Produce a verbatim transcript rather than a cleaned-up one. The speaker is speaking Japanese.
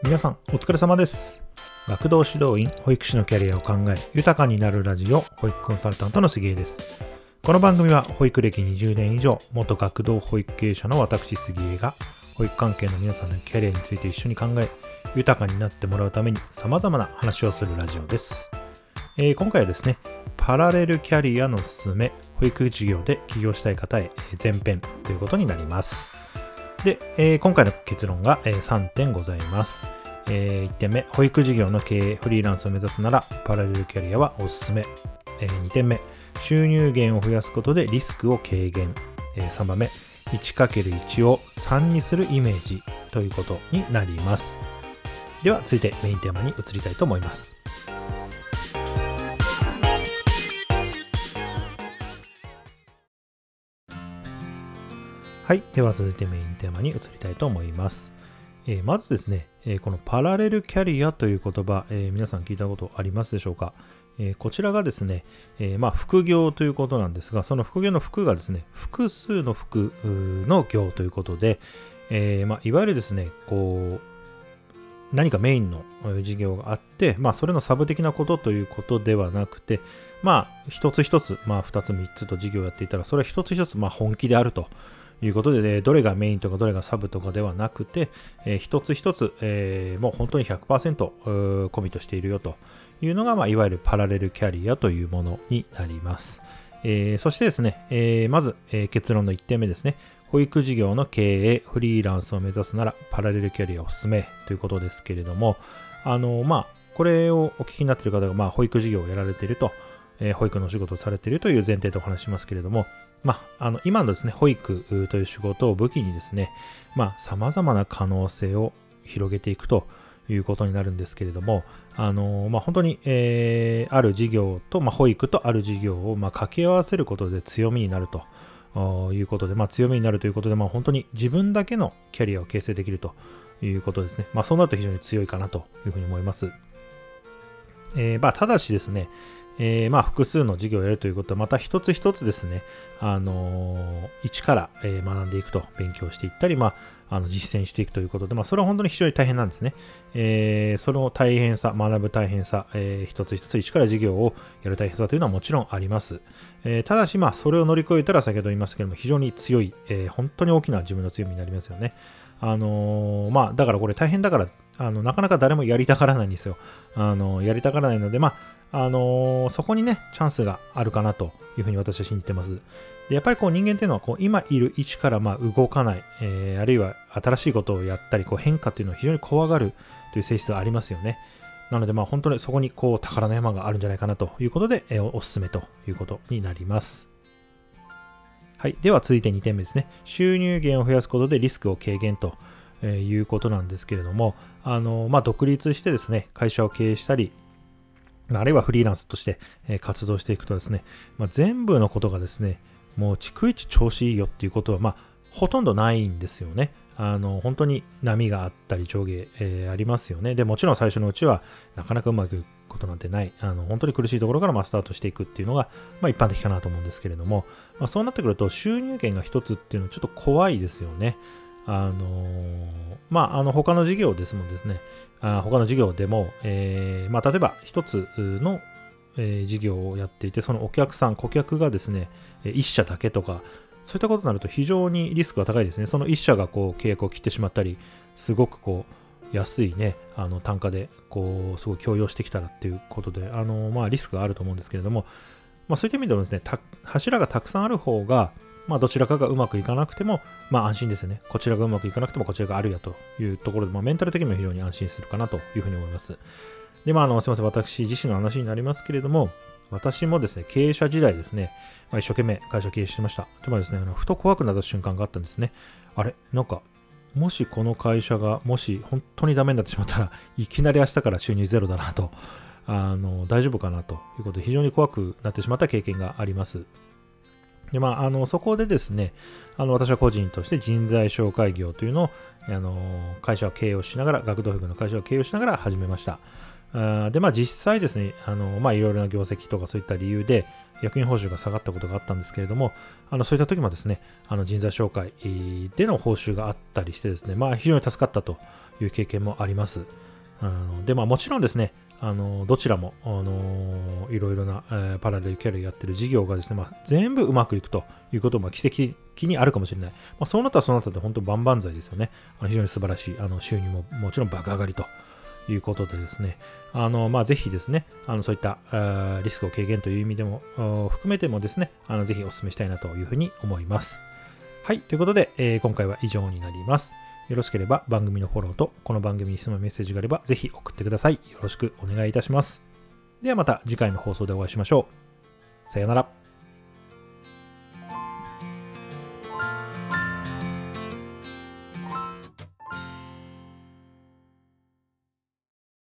皆さんお疲れ様です。学童指導員、保育士のキャリアを考え豊かになるラジオ、保育コンサルタントの杉江です。この番組は保育歴にじゅうねん以上、元学童保育経営者の私杉江が保育関係の皆さんのキャリアについて一緒に考え豊かになってもらうために様々な話をするラジオです。えー、今回はですね、パラレルキャリアのすすめ、保育事業で起業したい方へ前編ということになります。で、えー、今回の結論が、えー、さんてんございます。えー、いってんめ、保育事業の経営、フリーランスを目指すならパラレルキャリアはおすすめ。えー、にてんめ、収入源を増やすことでリスクを軽減。えー、さんばんめ、いちかけるいち をさんにするイメージということになります。では続いてメインテーマに移りたいと思います。はい。では続いてメインテーマに移りたいと思います。えー、まずですね、えー、このパラレルキャリアという言葉、えー、皆さん聞いたことありますでしょうか。えー、こちらがですね、えー、まあ副業ということなんですが、その副業の副がですね、複数の副の業ということで、えーまあ、いわゆるですね、こう、何かメインの事業があって、まあ、それのサブ的なことということではなくて、まあ、一つ一つ、まあ、二つ三つと事業をやっていたら、それは一つ一つ、まあ、本気であるということで、ね、どれがメインとかどれがサブとかではなくて、えー、一つ一つ、えー、もう本当に ひゃくパーセント コミットしているよというのが、まあ、いわゆるパラレルキャリアというものになります。えー、そしてですね、えー、まず、えー、結論のいってんめですね。保育事業の経営、フリーランスを目指すならパラレルキャリアをおすすめということですけれども、あの、まあ、これをお聞きになっている方が、まあ、保育事業をやられていると、えー、保育のお仕事をされているという前提でお話しますけれども、まあ、あの今のですね、保育という仕事を武器にですね、まあ、様々な可能性を広げていくということになるんですけれども、あの、まあ、本当に、えー、ある事業と、まあ、保育とある事業を、まあ、掛け合わせることで強みになるということで、まあ、強みになるということで、まあ、本当に自分だけのキャリアを形成できるということですね。まあ、そうなると非常に強いかなというふうに思います。えー、まあ、ただしですね、えー、まあ複数の事業をやるということはまた一つ一つですね、あのー、一から、えー、学んでいくと、勉強していったり、まあ、あの実践していくということで、まあ、それは本当に非常に大変なんですね。えー、その大変さ、学ぶ大変さ、えー、一つ一つ一から事業をやる大変さというのはもちろんあります。えー、ただし、まあ、それを乗り越えたら先ほど言いましたけども、非常に強い、えー、本当に大きな自分の強みになりますよね。あのー、まあ、だからこれ大変だから、あのなかなか誰もやりたがらないんですよ。あのやりたがらないので、まああのー、そこにね、チャンスがあるかなというふうに私は信じてます。でやっぱりこう人間っていうのはこう今いる位置からまあ動かない、えー、あるいは新しいことをやったり、こう変化っていうのを非常に怖がるという性質がありますよね。なのでまあ本当にそこにこう宝の山があるんじゃないかなということで、えー、おすすめということになります。はい。では続いてにてんめですね。収入源を増やすことでリスクを軽減ということなんですけれども、あの、まあ、独立してですね、会社を経営したり、あるいはフリーランスとして活動していくとですね、まあ、全部のことがですね、もう逐一調子いいよっていうことは、まあ、ほとんどないんですよね。あの、本当に波があったり上下、えー、ありますよね。で、もちろん最初のうちはなかなかうまくいくことなんてない。あの、本当に苦しいところからまあスタートしていくっていうのが、まあ、一般的かなと思うんですけれども、まあ、そうなってくると収入源が一つっていうのはちょっと怖いですよね。あのー、まあ、あの、他の事業ですもんですね、あ他の事業でも、えー、まあ、例えば一つの、えー、事業をやっていて、そのお客さん、顧客がですね、一社だけとか、そういったことになると非常にリスクが高いですね。その一社がこう契約を切ってしまったり、すごくこう、安いね、あの単価で、こう、すごい強要してきたらっていうことで、あの、まあ、リスクがあると思うんですけれども、まあ、そういった意味でもですね、柱がたくさんある方が、まあ、どちらかがうまくいかなくても、まあ、安心ですよね。こちらがうまくいかなくても、こちらがあるやというところで、まあ、メンタル的にも非常に安心するかなというふうに思います。で、まあ、あの、すみません。私自身の話になりますけれども、私もですね、経営者時代ですね、まあ、一生懸命会社経営してました。でもですね、あのふと怖くなった瞬間があったんですね。あれなんか、もしこの会社が、もし本当にダメになってしまったらいきなり明日から収入ゼロだなと、あの、大丈夫かなということで、非常に怖くなってしまった経験があります。で、まあ、あの、そこでですね、あの、私は個人として人材紹介業というのを、あの、会社を経営をしながら、学童保育の会社を経営をしながら始めました。あで、まあ、実際ですね、あの、まあ、いろいろな業績とかそういった理由で、役員報酬が下がったことがあったんですけれども、あのそういった時もですね、あの人材紹介での報酬があったりしてですね、まあ非常に助かったという経験もあります。あので、まあもちろんですね、あのどちらも、あのいろいろな、えー、パラレルキャリアやってる事業がですね、まあ、全部うまくいくということも奇跡的にあるかもしれない。まあ、そうなったらそうなったで本当万々歳ですよね。あの非常に素晴らしいあの収入ももちろん爆上がりということでですね、あのまあ、ぜひですね、あのそういったあリスクを軽減という意味でも含めてもですね、あのぜひお勧めしたいなというふうに思います。はい、ということで、えー、今回は以上になります。よろしければ番組のフォローとこの番組に質問メッセージがあればぜひ送ってください。よろしくお願いいたします。ではまた次回の放送でお会いしましょう。さようなら。